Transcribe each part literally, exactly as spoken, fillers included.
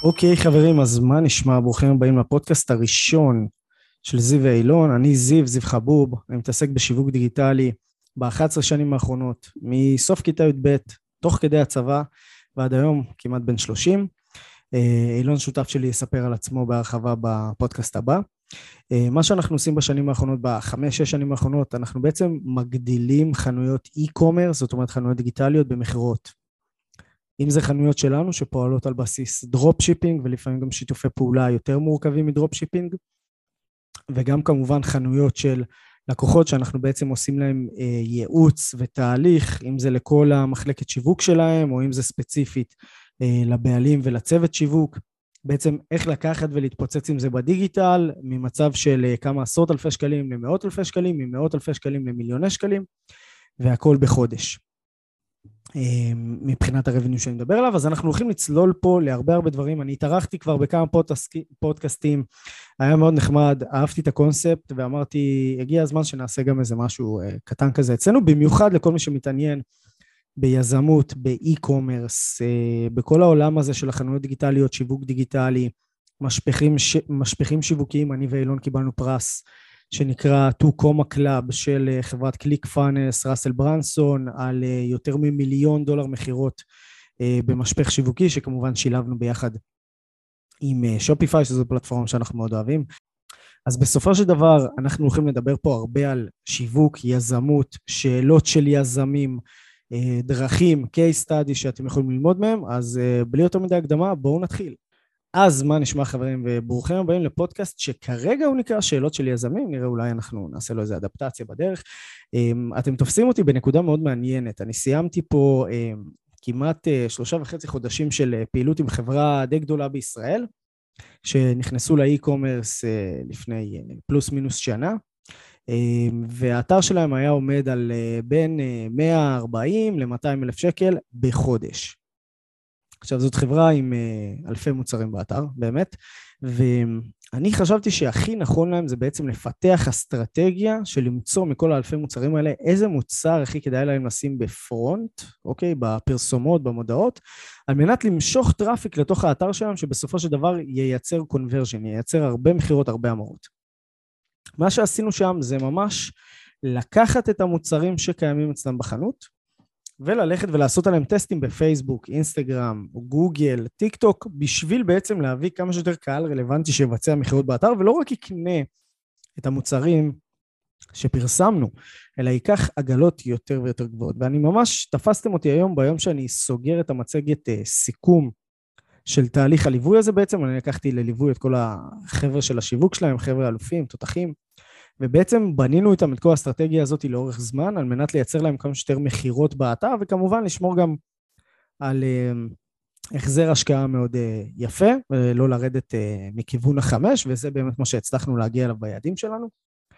אוקיי חברים, אז מה נשמע? ברוכים הבאים לפודקאסט הראשון של זיו ואילון. אני זיו, זיו חבוב, אני מתעסק בשיווק דיגיטלי ב-אחת עשרה שנים האחרונות, מסוף כיתה י"ב, תוך כדי הצבא ועד היום כמעט בן שלושים. אילון שותף שלי יספר על עצמו בהרחבה בפודקאסט הבא. מה שאנחנו עושים בשנים האחרונות, בחמש, שש שנים האחרונות, אנחנו בעצם מגדילים חנויות e-commerce, זאת אומרת חנויות דיגיטליות במחירות. אם זה חנויות שלנו שפועלות על בסיס דרופשיפינג, ולפעמים גם שיתופי פעולה יותר מורכבים מדרופשיפינג, וגם כמובן חנויות של לקוחות שאנחנו בעצם עושים להם אה, ייעוץ ותהליך, אם זה לכל המחלקת שיווק שלהם, או אם זה ספציפית אה, לבעלים ולצוות שיווק, בעצם איך לקחת ולהתפוצץ עם זה בדיגיטל, ממצב של אה, כמה עשרות אלפי שקלים למאות אלפי שקלים, ממאות אלפי שקלים למיליוני שקלים, והכל בחודש. מבחינת הרבניו שאני מדבר עליו, אז אנחנו הולכים לצלול פה להרבה הרבה דברים. אני התארחתי כבר בכמה פודקאסטים, היה מאוד נחמד, אהבתי את הקונספט ואמרתי, הגיע הזמן שנעשה גם איזה משהו קטן כזה אצלנו, במיוחד לכל מי שמתעניין ביזמות, באי-קומרס, בכל העולם הזה של החנויות דיגיטליות, שיווק דיגיטלי, משפחים, משפחים שיווקיים. אני ואילון קיבלנו פרס שנקרא To Coma Club של חברת קליק פאנס, ראסל ברנסון, על יותר ממיליון דולר מחירות במשפך שיווקי, שכמובן שילבנו ביחד עם שופיפיי, שזו פלטפורמה שאנחנו מאוד אוהבים. אז בסופו של דבר אנחנו הולכים לדבר פה הרבה על שיווק, יזמות, שאלות של יזמים, דרכים, case study שאתם יכולים ללמוד מהם. אז בלי יותר מדי הקדמה, בואו נתחיל. אז מה נשמע חברים, וברוכים הבאים לפודקאסט שכרגע הוא נקרא שאלות של יזמים, נראה אולי אנחנו נעשה לו איזה אדפטציה בדרך. אתם תופסים אותי בנקודה מאוד מעניינת, אני סיימתי פה כמעט שלושה וחצי חודשים של פעילות עם חברה די גדולה בישראל, שנכנסו לאי-קומרס לפני פלוס מינוס שנה, והאתר שלהם היה עומד על בין מאה וארבעים ל-מאתיים אלף שקל בחודש. עכשיו, זאת חברה עם אלפי מוצרים באתר, באמת, ואני חשבתי שהכי נכון להם זה בעצם לפתח אסטרטגיה של למצוא מכל האלפי מוצרים האלה איזה מוצר הכי כדאי להם לשים בפרונט, אוקיי, בפרסומות, במודעות, על מנת למשוך טראפיק לתוך האתר שלהם, שבסופו של דבר ייצר קונברז'ן, ייצר הרבה מחירות, הרבה המרות. מה שעשינו שם זה ממש לקחת את המוצרים שקיימים אצלם בחנות, וללכת ולעשות עליהם טסטים בפייסבוק, אינסטגרם, גוגל, טיק טוק, בשביל בעצם להביא כמה שיותר קהל רלוונטי שיבצע מחירות באתר, ולא רק יקנה את המוצרים שפרסמנו, אלא ייקח עגלות יותר ויותר גבוהות. ואני ממש, תפסתם אותי היום, ביום שאני סוגר את המצגת סיכום של תהליך הליווי הזה, בעצם אני לקחתי לליווי את כל החבר'ה של השיווק שלהם, חבר'ה אלופים, תותחים, ובעצם בנינו איתם את כל האסטרטגיה הזאת לאורך זמן, על מנת לייצר להם כמה שיותר מחירות באתר, וכמובן לשמור גם על החזר השקעה מאוד יפה, ולא לרדת מכיוון החמש, וזה באמת מה שהצלחנו להגיע אליו ביעדים שלנו.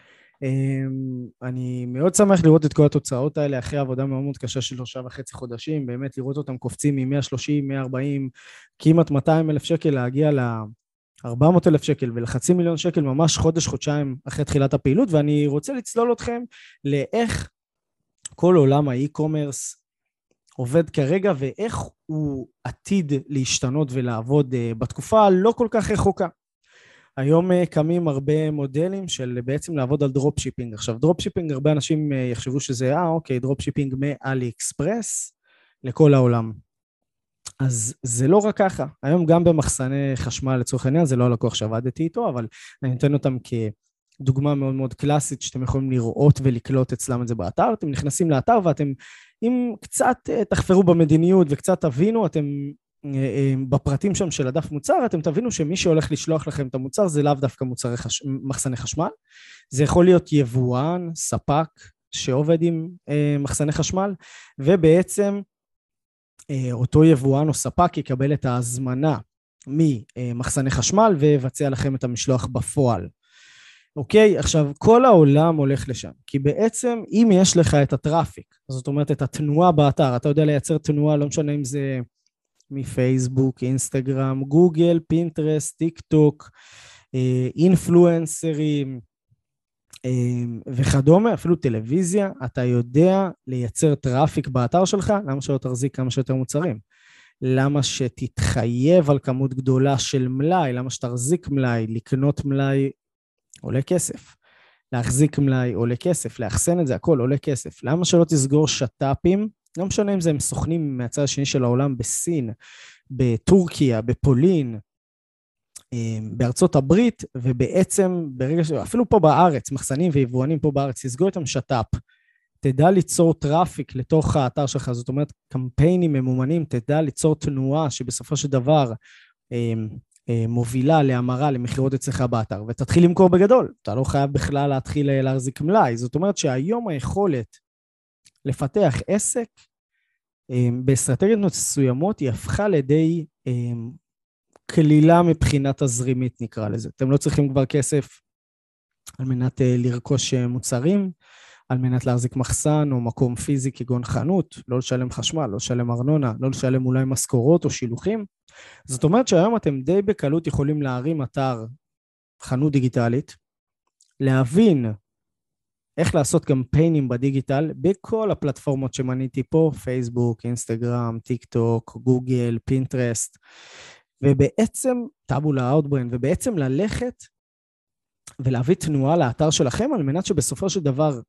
אני מאוד שמח לראות את כל התוצאות האלה, אחרי עבודה מאוד מאוד קשה של שלושה וחצי חודשים, באמת לראות אותם קופצים מ-מאה ושלושים, מאה וארבעים, כמעט מאתיים אלף שקל להגיע ל... ארבע מאות אלף שקל ולחצי מיליון שקל ממש חודש, חודשיים אחרי תחילת הפעילות, ואני רוצה לצלול אתכם לאיך כל עולם האי-קומרס עובד כרגע, ואיך הוא עתיד להשתנות ולעבוד בתקופה לא כל כך רחוקה. היום קמים הרבה מודלים של בעצם לעבוד על דרופשיפינג. עכשיו, דרופשיפינג, הרבה אנשים יחשבו שזה, אה, אוקיי, דרופשיפינג מאלי אקספרס לכל העולם. אז זה לא רק ככה, היום גם במחסני חשמל לצורך העניין, זה לא הלקוח שעבדתי איתו, אבל אני נותן אותם כדוגמה מאוד מאוד קלאסית, שאתם יכולים לראות ולקלוט אצלם את זה באתר. אתם נכנסים לאתר ואתם, אם קצת תחפרו במדיניות וקצת תבינו, אתם בפרטים שם של הדף מוצר, אתם תבינו שמי שהולך לשלוח לכם את המוצר, זה לאו דווקא מוצרי חש... מחסני חשמל, זה יכול להיות יבואן, ספק, שעובד עם מחסני חשמל, ובעצם אותו יבואן או ספק יקבל את ההזמנה ממחסני חשמל ויבצע לכם את המשלוח בפועל. אוקיי, עכשיו כל העולם הולך לשם, כי בעצם אם יש לך את הטראפיק, זאת אומרת את התנועה באתר, אתה יודע לייצר תנועה, לא משנה אם זה מפייסבוק, אינסטגרם, גוגל, פינטרסט, טיק טוק, אינפלואנסרים וכדומה, אפילו טלוויזיה, אתה יודע לייצר טראפיק באתר שלך, למה שלא תחזיק כמה שיותר מוצרים? למה שתתחייב על כמות גדולה של מלאי, למה שתחזיק מלאי, לקנות מלאי עולה כסף, להחזיק מלאי עולה כסף, לאחסן את זה, הכל עולה כסף. למה שלא תסגור שטאפים, לא משנה אם זה הם סוכנים מהצד השני של העולם, בסין, בטורקיה, בפולין, בארצות הברית, ובעצם ברגע ש... אפילו פה בארץ, מחסנים ויבואנים פה בארץ, תסגור איתם שטאפ, תדע ליצור טראפיק לתוך האתר שלך, זאת אומרת, קמפיינים ממומנים, תדע ליצור תנועה שבסופו של דבר אה, אה, מובילה להמרה למחירות אצלך באתר, ותתחיל למכור בגדול. אתה לא חייב בכלל להתחיל להחזיק מלאי. זאת אומרת שהיום היכולת לפתח עסק אה, באסטרטגיות מסוימות היא הפכה לידי אה, כלילה מבחינת הזרימית, נקרא לזה. אתם לא צריכים כבר כסף על מנת אה, לרכוש מוצרים, על מנת להחזיק מחסן או מקום פיזי כגון חנות, לא לשלם חשמל, לא לשלם ארנונה, לא לשלם אולי משכורות או שילוחים. זאת אומרת שהיום אתם די בקלות יכולים להרים אתר חנות דיגיטלית, להבין איך לעשות קמפיינים בדיגיטל בכל הפלטפורמות שמניתי פה, פייסבוק, אינסטגרם, טיק טוק, גוגל, פינטרסט, ובעצם טאבולה, אאוטברנד, ובעצם ללכת ולהביא תנועה לאתר שלכם, על מנת שבסופו של דבר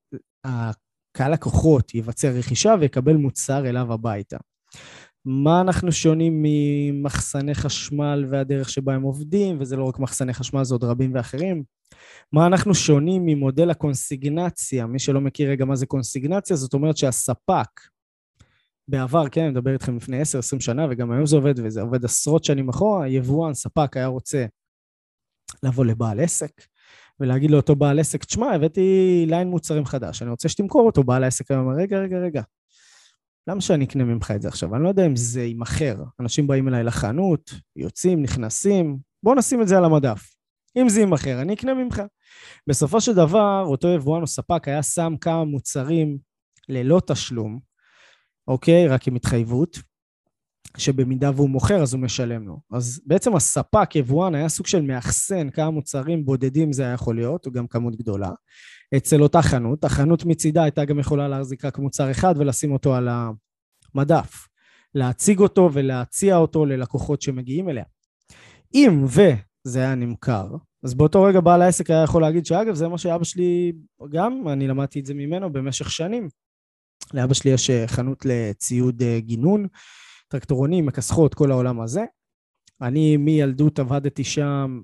הקהל לקוחות יבצע רכישה ויקבל מוצר אליו הביתה. מה אנחנו שונים ממחסני חשמל והדרך שבה הם עובדים, וזה לא רק מחסני חשמל, זה עוד רבים ואחרים. מה אנחנו שונים ממודל הקונסיגנציה? מי שלא מכיר רגע מה זה קונסיגנציה, זאת אומרת שהספק, בעבר, כן, אני מדבר איתכם לפני עשר עשרים שנה, וגם היום זה עובד, וזה עובד עשרות שנים אחורה, היבואן, ספק היה רוצה לבוא לבעל עסק, ולהגיד לאותו בעל עסק, תשמע, הבאתי ליין מוצרים חדש, אני רוצה שתמכור אותו, בעל העסק אומר, רגע, רגע, רגע, למה שאני אקנה ממך את זה עכשיו? אני לא יודע אם זה יימחר. אנשים באים אליי לחנות, יוצאים, נכנסים, בואו נשים את זה על המדף. אם זה יימחר, אני אקנה ממך. בסופו של דבר, אותו יבואן או ספק היה שם כמה מוצרים ללא תשלום, אוקיי? רק עם התחייבות, שבמידה והוא מוכר, אז הוא משלם לו. אז בעצם הספק, יבואן, היה סוג של מאחסן כמה מוצרים בודדים, זה היה יכול להיות, או גם כמות גדולה. אצל אותה חנות, החנות מצידה הייתה גם יכולה להחזיק רק מוצר אחד ולשים אותו על המדף, להציג אותו ולהציע אותו ללקוחות שמגיעים אליה. אם וזה היה נמכר, אז באותו רגע בעל העסק היה יכול להגיד שאגב זה מה שאבא שלי, גם אני למדתי את זה ממנו במשך שנים, לאבא שלי יש חנות לציוד גינון, טרקטורונים, מכסחות, כל העולם הזה. אני מילדות עבדתי שם,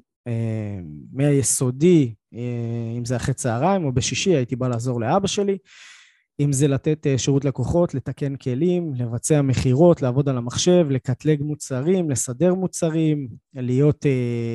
מהיסודי, אם זה אחרי צהריים או בשישי, הייתי בא לעזור לאבא שלי, אם זה לתת שירות לקוחות, לתקן כלים, לבצע מחירות, לעבוד על המחשב, לקטלג מוצרים, לסדר מוצרים, להיות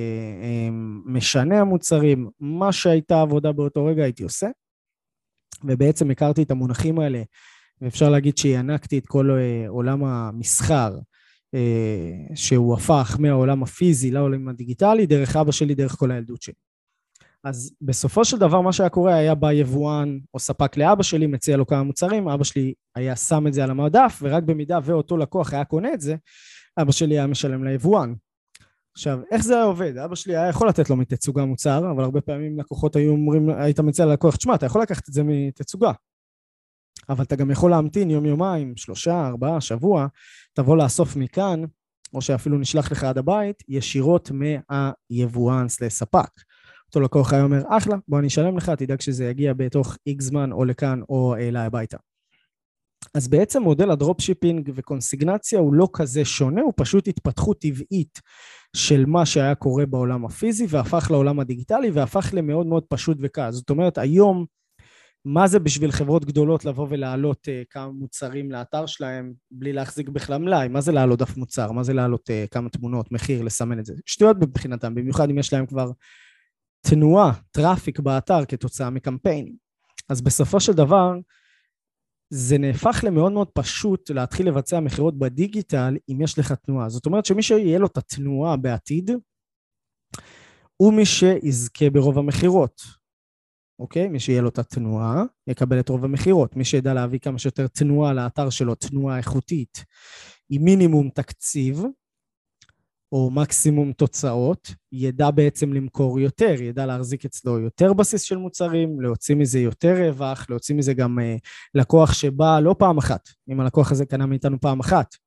משנה המוצרים, מה שהייתה עבודה באותו רגע הייתי עושה, ובעצם הכרתי את המונחים האלה, ואפשר להגיד שינקתי את כל עולם המסחר, שהוא הפך מהעולם הפיזי לעולם הדיגיטלי, דרך אבא שלי, דרך כל הילדות שלי. אז בסופו של דבר מה שהיה קורה, היה בא יבואן או ספק לאבא שלי, מציע לו כמה מוצרים, אבא שלי היה שם את זה על המדף, ורק במידה ואותו לקוח היה קונה את זה, אבא שלי היה משלם ליבואן. עכשיו, איך זה היה עובד? אבא שלי היה יכול לתת לו מתצוגה מוצר, אבל הרבה פעמים לקוחות היו אומרים, היית מציע ללקוח, תשמע, אתה יכול לקחת את זה מתצוגה, אבל אתה גם יכול להמתין יום יומיים, שלושה, ארבעה, שבוע, תבוא לאסוף מכאן, או שאפילו נשלח לך עד הבית, ישירות מהיבואן לספק. אותו לקוח היה אומר, אחלה, בוא אני אשלם לך, תדאג שזה יגיע בתוך איקס זמן, או לכאן, או אליי הביתה. אז בעצם מודל הדרופשיפינג וקונסיגנציה הוא לא כזה שונה, הוא פשוט התפתחות טבעית של מה שהיה קורה בעולם הפיזי, והפך לעולם הדיגיטלי, והפך למאוד מאוד פשוט וקל. זאת אומרת, היום, מה זה בשביל חברות גדולות לבוא ולהעלות uh, כמה מוצרים לאתר שלהם, בלי להחזיק בכלל מלאי? מה זה להעלות דף מוצר? מה זה להעלות uh, כמה תמונות, מחיר, לסמן את זה? שטויות מבחינתם, במיוחד אם יש להם כבר תנועה, טראפיק באתר כתוצאה מקמפיינים. אז בסופו של דבר, זה נהפך למאוד מאוד פשוט להתחיל לבצע מחירות בדיגיטל אם יש לך תנועה. זאת אומרת שמי שיהיה לו את התנועה בעתיד, הוא מי שיזכה ברוב המחירות. אוקיי? מי שיהיה לו את התנועה, יקבל את רוב המחירות. מי שידע להביא כמה שיותר תנועה לאתר שלו, תנועה איכותית, עם מינימום תקציב, או מקסימום תוצאות, ידע בעצם למכור יותר, ידע להחזיק אצלו יותר בסיס של מוצרים, להוציא מזה יותר רווח, להוציא מזה גם אה, לקוח שבא לא פעם אחת. אם הלקוח הזה קנה מאיתנו פעם אחת,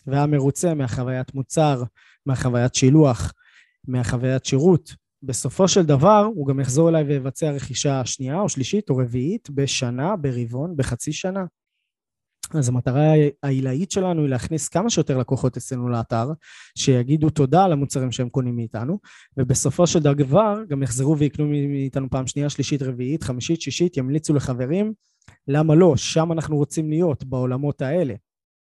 והיה מרוצה מהחוויית מוצר, מהחוויית שילוח, מהחוויית שירות, בסופו של דבר הוא גם יחזור אליי ויבצע רכישה שנייה או שלישית או רביעית בשנה, ברבעון, בחצי שנה. אז המטרה העילאית שלנו היא להכניס כמה שיותר לקוחות אצלנו לאתר, שיגידו תודה על המוצרים שהם קונים מאיתנו, ובסופו של דבר גם יחזרו ויקנו מאיתנו פעם שנייה, שלישית, רביעית, חמישית, שישית, ימליצו לחברים. למה לא? שם אנחנו רוצים להיות, בעולמות האלה.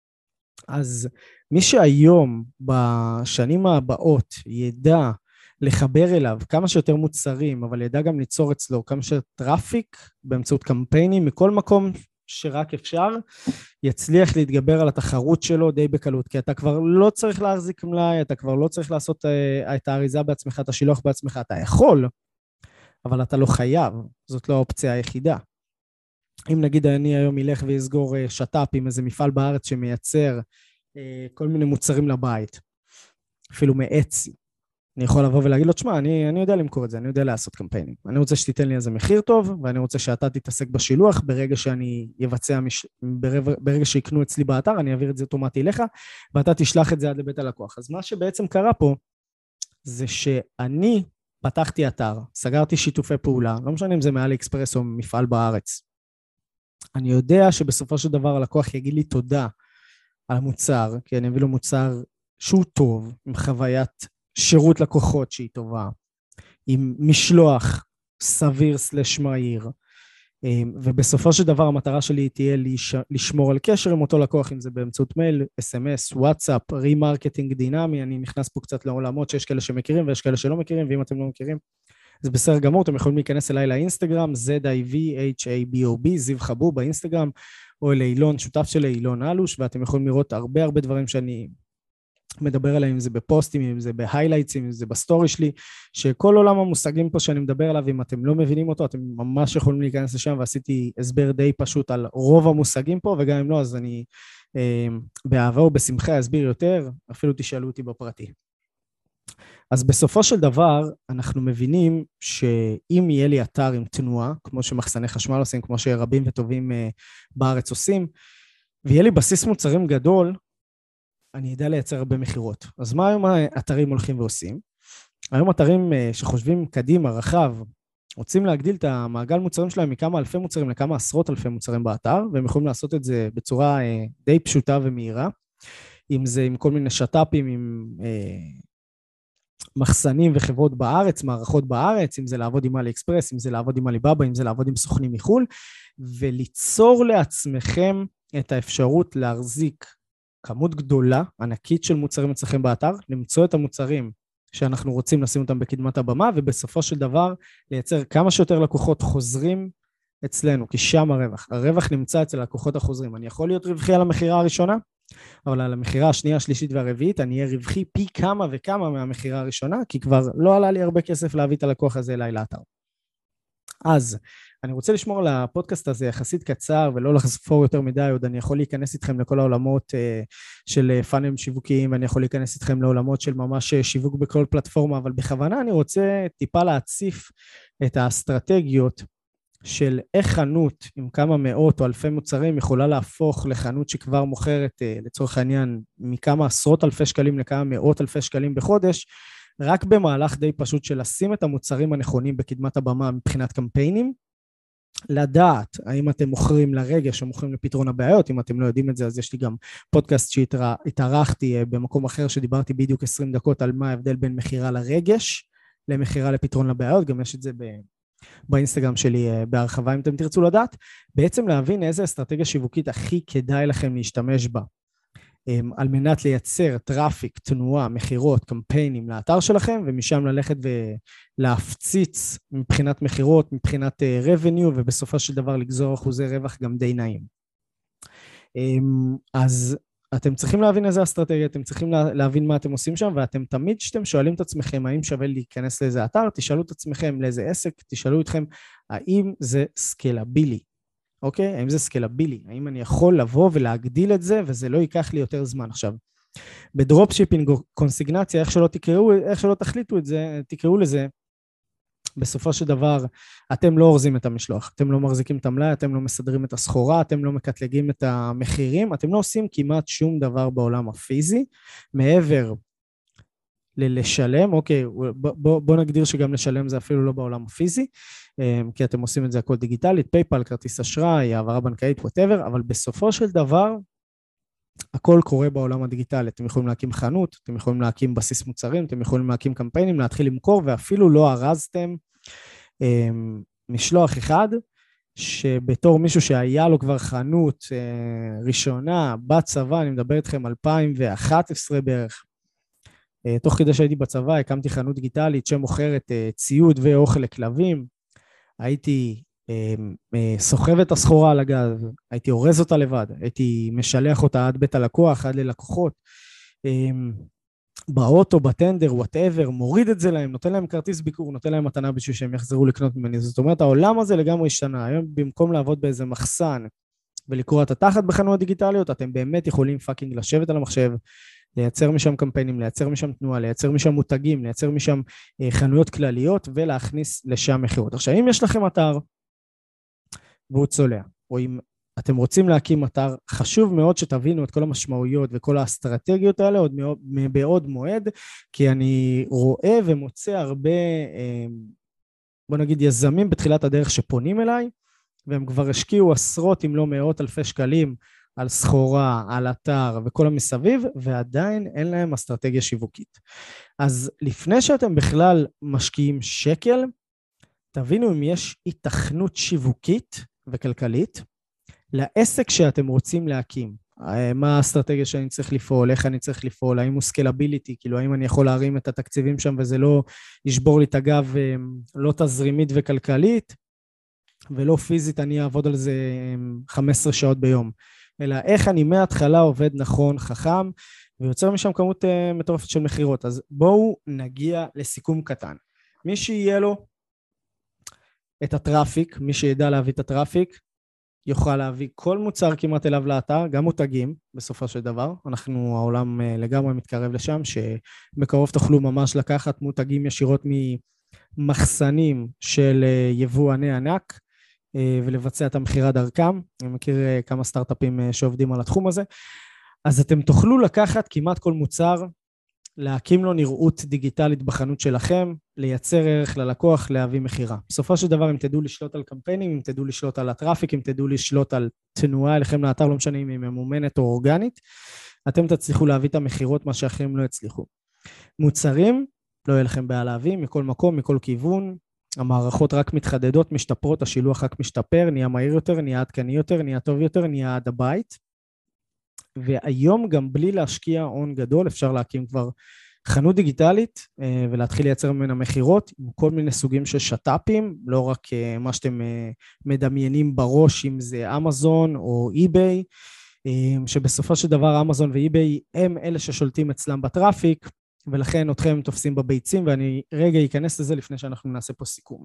אז מי שהיום, בשנים הבאות, ידע לחבר אליו כמה שיותר מוצרים, אבל ידע גם ליצור אצלו כמה שיותר טראפיק, באמצעות קמפיינים, מכל מקום שרק אפשר, יצליח להתגבר על התחרות שלו די בקלות, כי אתה כבר לא צריך להחזיק מלאי, אתה כבר לא צריך לעשות uh, את האריזה בעצמך, את השילוח בעצמך, אתה יכול, אבל אתה לא חייב, זאת לא האופציה היחידה. אם נגיד אני היום ילך ויסגור uh, שטאפ עם איזה מפעל בארץ שמייצר uh, כל מיני מוצרים לבית, אפילו מאצי, אני יכול לבוא ולהגיד לו, תשמע, אני, אני יודע למכור את זה, אני יודע לעשות קמפיינים. אני רוצה שתיתן לי איזה מחיר טוב, ואני רוצה שאתה תתעסק בשילוח, ברגע שאני יבצע, מש... ברגע, ברגע שיקנו אצלי באתר, אני אעביר את זה אוטומטי אליך, ואתה תשלח את זה עד לבית הלקוח. אז מה שבעצם קרה פה, זה שאני פתחתי אתר, סגרתי שיתופי פעולה, לא משנה אם זה מעלי אקספרס או מפעל בארץ. אני יודע שבסופו של דבר הלקוח יגיד לי תודה על המוצר, כי אני אביא לו מוצר שהוא טוב, עם חוויית שירות לקוחות שהיא טובה, עם משלוח סביר סלש מהיר, ובסופו של דבר המטרה שלי תהיה לשמור על קשר עם אותו לקוח, אם זה באמצעות מייל, אס אם אס, וואטסאפ, רימרקטינג דינמי, אני נכנס פה קצת לעולמות שיש כאלה שמכירים ויש כאלה שלא מכירים, ואם אתם לא מכירים, זה בסדר גמור, אתם יכולים להיכנס אליי לאינסטגרם, זד איי וי אייץ' איי בי או בי, זיו חבוב באינסטגרם, או לאילון, שותף של אילון אלוש, ואתם יכולים לראות הרבה הרבה דברים שאני מדבר עליהם, אם זה בפוסטים, אם זה בהיילייטסים, אם זה בסטורי שלי, שכל עולם המושגים פה שאני מדבר עליו, אם אתם לא מבינים אותו, אתם ממש יכולים להיכנס לשם, ועשיתי הסבר די פשוט על רוב המושגים פה, וגם אם לא, אז אני אה, באהבה ובשמחה אסביר יותר, אפילו תשאלו אותי בפרטי. אז בסופו של דבר, אנחנו מבינים שאם יהיה לי אתר עם תנועה, כמו שמחסני חשמל עושים, כמו שרבים וטובים אה, בארץ עושים, ויהיה לי בסיס מוצרים גדול, אני יודע לייצר הרבה מחירות. אז מה היום האתרים הולכים ועושים? היום אתרים שחושבים קדימה, רחב, רוצים להגדיל את המעגל מוצרים שלהם מכמה אלפי מוצרים לכמה עשרות אלפי מוצרים באתר, והם יכולים לעשות את זה בצורה די פשוטה ומהירה, אם זה עם כל מיני שטאפים, עם מחסנים וחברות בארץ, מערכות בארץ, אם זה לעבוד עם אלי אקספרס, אם זה לעבוד עם אליבאבא, אם זה לעבוד עם סוכנים מחול, וליצור לעצמכם את האפשרות להחזיק כמות גדולה, ענקית של מוצרים אצלכם באתר, למצוא את המוצרים שאנחנו רוצים לשים אותם בקדמת הבמה, ובסופו של דבר לייצר כמה שיותר לקוחות חוזרים אצלנו, כי שם הרווח. הרווח נמצא אצל לקוחות החוזרים. אני יכול להיות רווחי על המחירה הראשונה, אבל על המחירה השנייה, השלישית והרביעית, אני אהיה רווחי פי כמה וכמה מהמחירה הראשונה, כי כבר לא עלה לי הרבה כסף להביא את הלקוח הזה אליי לאתר. אז אני רוצה לשמור על הפודקאסט הזה יחסית קצר ולא לחפור יותר מדי, עוד אני יכול להיכנס איתכם לכל העולמות של פאנלים שיווקיים, אני יכול להיכנס איתכם לעולמות של ממש שיווק בכל פלטפורמה, אבל בכוונה אני רוצה טיפה להציף את האסטרטגיות של איך חנות עם כמה מאות או אלפי מוצרים יכולה להפוך לחנות שכבר מוכרת לצורך העניין מכמה עשרות אלפי שקלים לכמה מאות אלפי שקלים בחודש, רק במהלך די פשוט של לשים את המוצרים הנכונים בקדמת הבמה מבחינת קמפיינים, לדעת האם אתם מוכרים לרגש או מוכרים לפתרון הבעיות. אם אתם לא יודעים את זה, אז יש לי גם פודקאסט שהתארחתי במקום אחר שדיברתי בדיוק עשרים דקות על מה ההבדל בין מחירה לרגש למחירה לפתרון לבעיות, גם יש את זה באינסטגרם שלי בהרחבה אם אתם תרצו לדעת, בעצם להבין איזה אסטרטגיה שיווקית הכי כדאי לכם להשתמש בה, על מנת לייצר טראפיק, תנועה, מחירות, קמפיינים לאתר שלכם, ומשם ללכת ולהפציץ מבחינת מחירות, מבחינת revenue, ובסופו של דבר לגזור אחוזי רווח גם די נעים. אז אתם צריכים להבין איזה אסטרטגיה, אתם צריכים להבין מה אתם עושים שם, ואתם תמיד שאתם שואלים את עצמכם האם שווה להיכנס לאיזה אתר, תשאלו את עצמכם לאיזה עסק, תשאלו אתכם האם זה סקלבילי. אוקיי? האם זה סקלבילי? האם אני יכול לבוא ולהגדיל את זה, וזה לא ייקח לי יותר זמן עכשיו? בדרופשיפינג או קונסיגנציה, איך שלא תקראו, איך שלא תחליטו את זה, תקראו לזה, בסופו של דבר, אתם לא אורזים את המשלוח, אתם לא מחזיקים את המלאי, אתם לא מסדרים את הסחורה, אתם לא מקטלגים את המחירים, אתם לא עושים כמעט שום דבר בעולם הפיזי, מעבר ללשלם, אוקיי, בוא, בוא נגדיר שגם לשלם זה אפילו לא בעולם הפיזי, כי אתם עושים את זה הכל דיגיטלית, פייפל, כרטיס אשראי, העברה בנקאית, whatever, אבל בסופו של דבר, הכל קורה בעולם הדיגיטלי, אתם יכולים להקים חנות, אתם יכולים להקים בסיס מוצרים, אתם יכולים להקים קמפיינים, להתחיל למכור, ואפילו לא ארזתם משלוח אחד, שבתור מישהו שהיה לו כבר חנות ראשונה בצבא, אני מדבר איתכם אלפיים ואחת עשרה בערך, תוך כדי שהייתי בצבא, הקמתי חנות דיגיטלית שמוכרת ציוד ואוכל לכלבים, הייתי סוחב את הסחורה על הגז, הייתי אורז אותה לבד, הייתי משלח אותה עד בית הלקוח, עד ללקוחות, באוטו, בטנדר, whatever, מוריד את זה להם, נותן להם כרטיס ביקור, נותן להם מתנה בשביל שהם יחזרו לקנות ממני. זאת אומרת, העולם הזה לגמרי השתנה. היום במקום לעבוד באיזה מחסן ולקרוא את התחת בחנויות דיגיטליות, אתם באמת יכולים פאקינג לשבת על המחשב, לייצר משם קמפיינים, לייצר משם תנועה, לייצר משם מותגים, לייצר משם חנויות כלליות ולהכניס לשם מחירות. עכשיו, אם יש לכם אתר והוא צולע, או אם אתם רוצים להקים אתר, חשוב מאוד שתבינו את כל המשמעויות וכל האסטרטגיות האלה עוד בעוד מועד, כי אני רואה ומוצא הרבה, בוא נגיד, יזמים בתחילת הדרך שפונים אליי, והם כבר השקיעו עשרות אם לא מאות אלפי שקלים על סחורה, על אתר וכל המסביב, ועדיין אין להם אסטרטגיה שיווקית. אז לפני שאתם בכלל משקיעים שקל, תבינו אם יש התכנות שיווקית וכלכלית, לעסק שאתם רוצים להקים. מה האסטרטגיה שאני צריך לפעול, איך אני צריך לפעול, האם הוא סקלביליטי, כאילו האם אני יכול להרים את התקציבים שם וזה לא ישבור לי את הגב, לא תזרימית וכלכלית, ולא פיזית אני אעבוד על זה חמש עשרה שעות ביום, אלא איך אני מההתחלה עובד נכון, חכם, ויוצר משם כמות מטורפת של מחירות. אז בואו נגיע לסיכום קטן. מי שיהיה לו את הטראפיק, מי שידע להביא את הטראפיק, יוכל להביא כל מוצר כמעט אליו לאתר, גם מותגים בסופו של דבר. אנחנו, העולם לגמרי מתקרב לשם, שבקרוב תוכלו ממש לקחת מותגים ישירות ממחסנים של יבואני ענק, ולבצע את המחירה דרכם. אני מכיר כמה סטארט-אפים שעובדים על התחום הזה. אז אתם תוכלו לקחת כמעט כל מוצר, להקים לו נראות דיגיטלית בחנות שלכם, לייצר ערך ללקוח, להביא מחירה. בסופו של דבר, אם תדעו לשלוט על קמפיינים, אם תדעו לשלוט על הטראפיק, אם תדעו לשלוט על תנועה אליכם לאתר, לא משנה אם היא ממומנת או אורגנית, אתם תצליחו להביא את המחירות, מה שאחרים לא יצליחו. מוצרים, לא יהיה לכם בעיה להביא, מכל מקום, מכל כיוון, המערכות רק מתחדדות, משתפרות, השילוח רק משתפר, נהיה מהיר יותר, נהיה עדכני יותר, נהיה טוב יותר, נהיה עד הבית. והיום גם בלי להשקיע הון גדול, אפשר להקים כבר חנות דיגיטלית ולהתחיל לייצר ממנה מחירות, עם כל מיני סוגים של שטאפים, לא רק מה שאתם מדמיינים בראש, אם זה אמזון או אי-ביי, שבסופו של דבר אמזון ואי-ביי הם אלה ששולטים אצלם בטראפיק, ולכן אתכם תופסים בביצים, ואני רגע אכנס לזה לפני שאנחנו נעשה פה סיכום.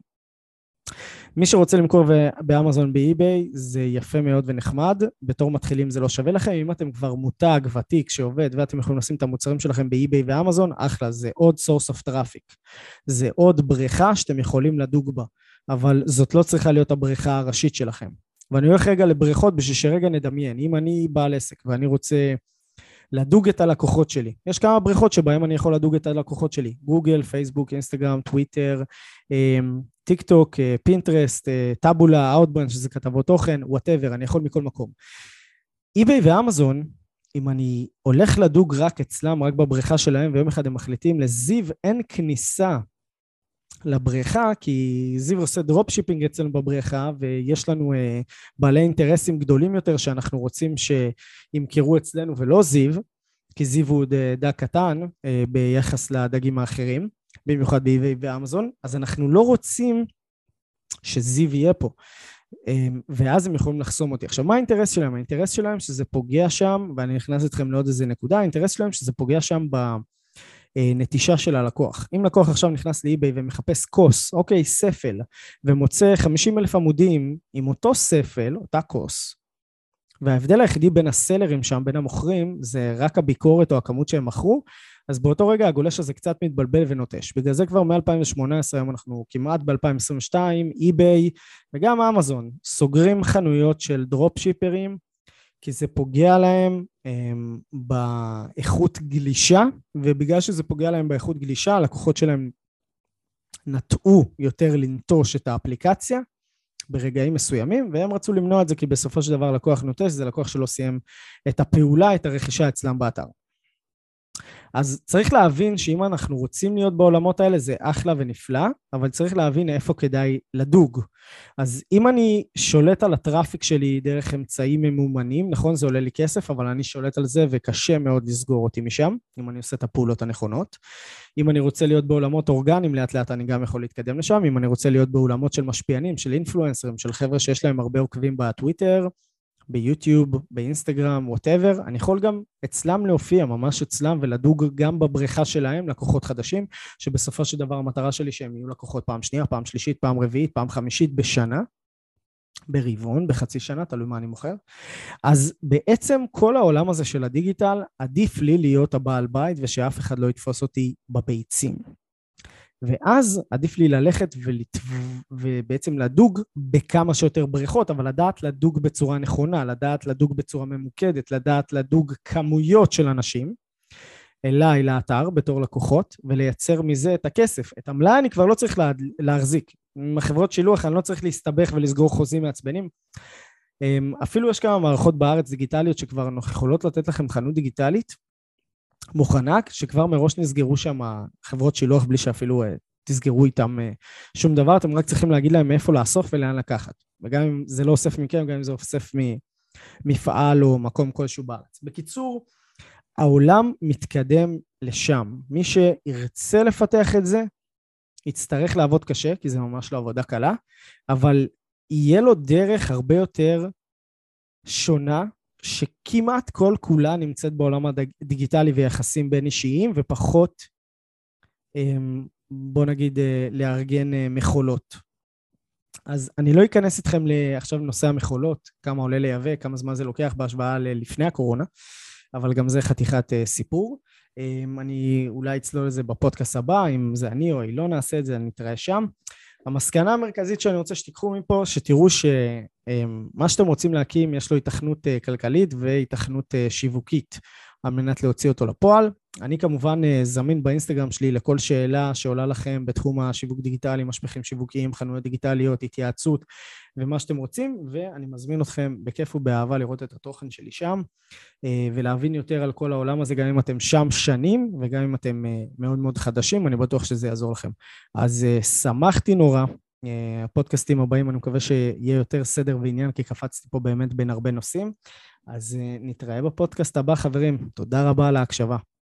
מי שרוצה למכור באמזון באי-ביי, זה יפה מאוד ונחמד, בתור מתחילים זה לא שווה לכם, אם אתם כבר מותג ותיק שעובד, ואתם יכולים לשים את המוצרים שלכם באי-ביי ואמזון, אחלה, זה עוד source of traffic, זה עוד בריכה שאתם יכולים לדוג בה, אבל זאת לא צריכה להיות הבריכה הראשית שלכם. ואני הולך רגע לבריכות בשביל שרגע נדמיין, אם אני בעל עסק ואני רוצה לדוג את הלקוחות שלי. יש כמה בריכות שבהם אני יכול לדוג את הלקוחות שלי. גוגל, פייסבוק, אינסטגרם, טוויטר, טיק טוק, פינטרסט, טאבולה, אאוטברנד, שזה כתבות תוכן, whatever, אני יכול מכל מקום. אי-ביי ואמזון, אם אני הולך לדוג רק אצלם, רק בבריכה שלהם, ויום אחד הם מחליטים, לזיו אין כניסה לבריכה, כי זיו עושה דרופשיפינג אצלנו בבריכה, ויש לנו uh, בעלי אינטרסים גדולים יותר, שאנחנו רוצים שימכרו אצלנו ולא זיו, כי זיו הוא דג קטן uh, ביחס לדגים האחרים, במיוחד באי-ביי ואמזון, אז אנחנו לא רוצים שזיו יהיה פה, um, ואז הם יכולים לחסום אותי. עכשיו, מה האינטרס שלהם? האינטרס שלהם שזה פוגע שם, ואני נכנס אתכם לעוד איזה נקודה, האינטרס שלהם שזה פוגע שם ב... נטישה של הלקוח. אם לקוח עכשיו נכנס לאי-ביי ומחפש כוס, אוקיי, ספל, ומוצא חמישים אלף עמודים עם אותו ספל, אותה כוס, וההבדל היחידי בין הסלרים שם, בין המוכרים, זה רק הביקורת או הכמות שהם מכרו, אז באותו רגע הגולש הזה קצת מתבלבל ונוטש. בגלל זה כבר מ-אלפיים שמונה עשרה, היום אנחנו כמעט ב-אלפיים עשרים ושתיים, eBay וגם אמזון, סוגרים חנויות של דרופשיפרים, כי זה פוגע להם הם, באיכות גלישה, ובגלל שזה פוגע להם באיכות גלישה, הלקוחות שלהם נטעו יותר לנטוש את האפליקציה, ברגעים מסוימים, והם רצו למנוע את זה, כי בסופו של דבר לקוח נוטש, זה לקוח שלא סיים את הפעולה, את הרכישה אצלם באתר. אז צריך להבין שאם אנחנו רוצים להיות בעולמות האלה, זה אחלה ונפלא, אבל צריך להבין איפה כדאי לדוג. אז אם אני שולט על הטראפיק שלי דרך אמצעים ממומנים, נכון, זה עולה לי כסף, אבל אני שולט על זה וקשה מאוד לסגור אותי משם, אם אני עושה את הפעולות הנכונות. אם אני רוצה להיות בעולמות אורגניים, לאט לאט אני גם יכול להתקדם לשם. אם אני רוצה להיות בעולמות של משפיענים, של אינפלואנסרים, של חבר'ה שיש להם הרבה עוקבים בטוויטר, ביוטיוב, באינסטגרם, whatever, אני יכול גם אצלם להופיע, ממש אצלם, ולדוג גם בבריכה שלהם, לקוחות חדשים, שבסופו של דבר המטרה שלי שהם יהיו לקוחות פעם שנייה, פעם שלישית, פעם רביעית, פעם חמישית בשנה, ברבעון, בחצי שנה, תלוי מה אני מוכר. אז בעצם כל העולם הזה של הדיגיטל, עדיף לי להיות הבעל בית, ושאף אחד לא יתפוס אותי בביצים. ואז עדיף לי ללכת ולתב... ובעצם לדוג בכמה שיותר בריכות, אבל לדעת לדוג בצורה נכונה, לדעת לדוג בצורה ממוקדת, לדעת לדוג כמויות של אנשים, אליי לאתר בתור לקוחות, ולייצר מזה את הכסף. את המלאי אני כבר לא צריך לה... להחזיק. עם החברות שילוח אני לא צריך להסתבך ולסגור חוזים מעצבנים. אפילו יש כמה מערכות בארץ דיגיטליות שכבר יכולות לתת לכם חנות דיגיטלית, מוכנה, שכבר מראש נסגרו שם חברות שילוח בלי שאפילו uh, תסגרו איתם uh, שום דבר, אתם רק צריכים להגיד להם מאיפה לאסוף ולאן לקחת. וגם אם זה לא אוסף מכם, גם אם זה אוסף ממפעל או מקום כלשהו בארץ. בקיצור, העולם מתקדם לשם. מי שירצה לפתח את זה, יצטרך לעבוד קשה, כי זה ממש לא עבודה קלה, אבל יהיה לו דרך הרבה יותר שונה, שכמעט כל כולה נמצאת בעולם הדיגיטלי ויחסים בין אישיים, ופחות, בוא נגיד, לארגן מחולות. אז אני לא אכנס איתכם עכשיו לנושא המחולות, כמה עולה לייבא, כמה זמן זה לוקח בהשוואה לפני הקורונה, אבל גם זה חתיכת סיפור. אני אולי אצלול לזה בפודקאסט הבא, אם זה אני או אילון נעשה את זה, אני אתראה שם. המסקנה המרכזית שאני רוצה שתיקחו מפה, שתראו שמה שאתם רוצים להקים, יש לו התכנות כלכלית והתכנות שיווקית, על מנת להוציא אותו לפועל. אני כמובן זמין באינסטגרם שלי לכל שאלה שעולה לכם בתחום השיווק דיגיטלי, משפיכים שיווקיים, חנויות דיגיטליות, התייעצות ומה שאתם רוצים, ואני מזמין אתכם בכיף ובאהבה לראות את התוכן שלי שם, ולהבין יותר על כל העולם הזה, גם אם אתם שם שנים, וגם אם אתם מאוד מאוד חדשים, אני בטוח שזה יעזור לכם. אז שמחתי נורא, הפודקאסטים הבאים, אני מקווה שיהיה יותר סדר ועניין, כי קפצתי פה באמת בין הרבה נושאים, אז נתראה בפודקאסט הבא, חברים. תודה רבה על ההקשבה.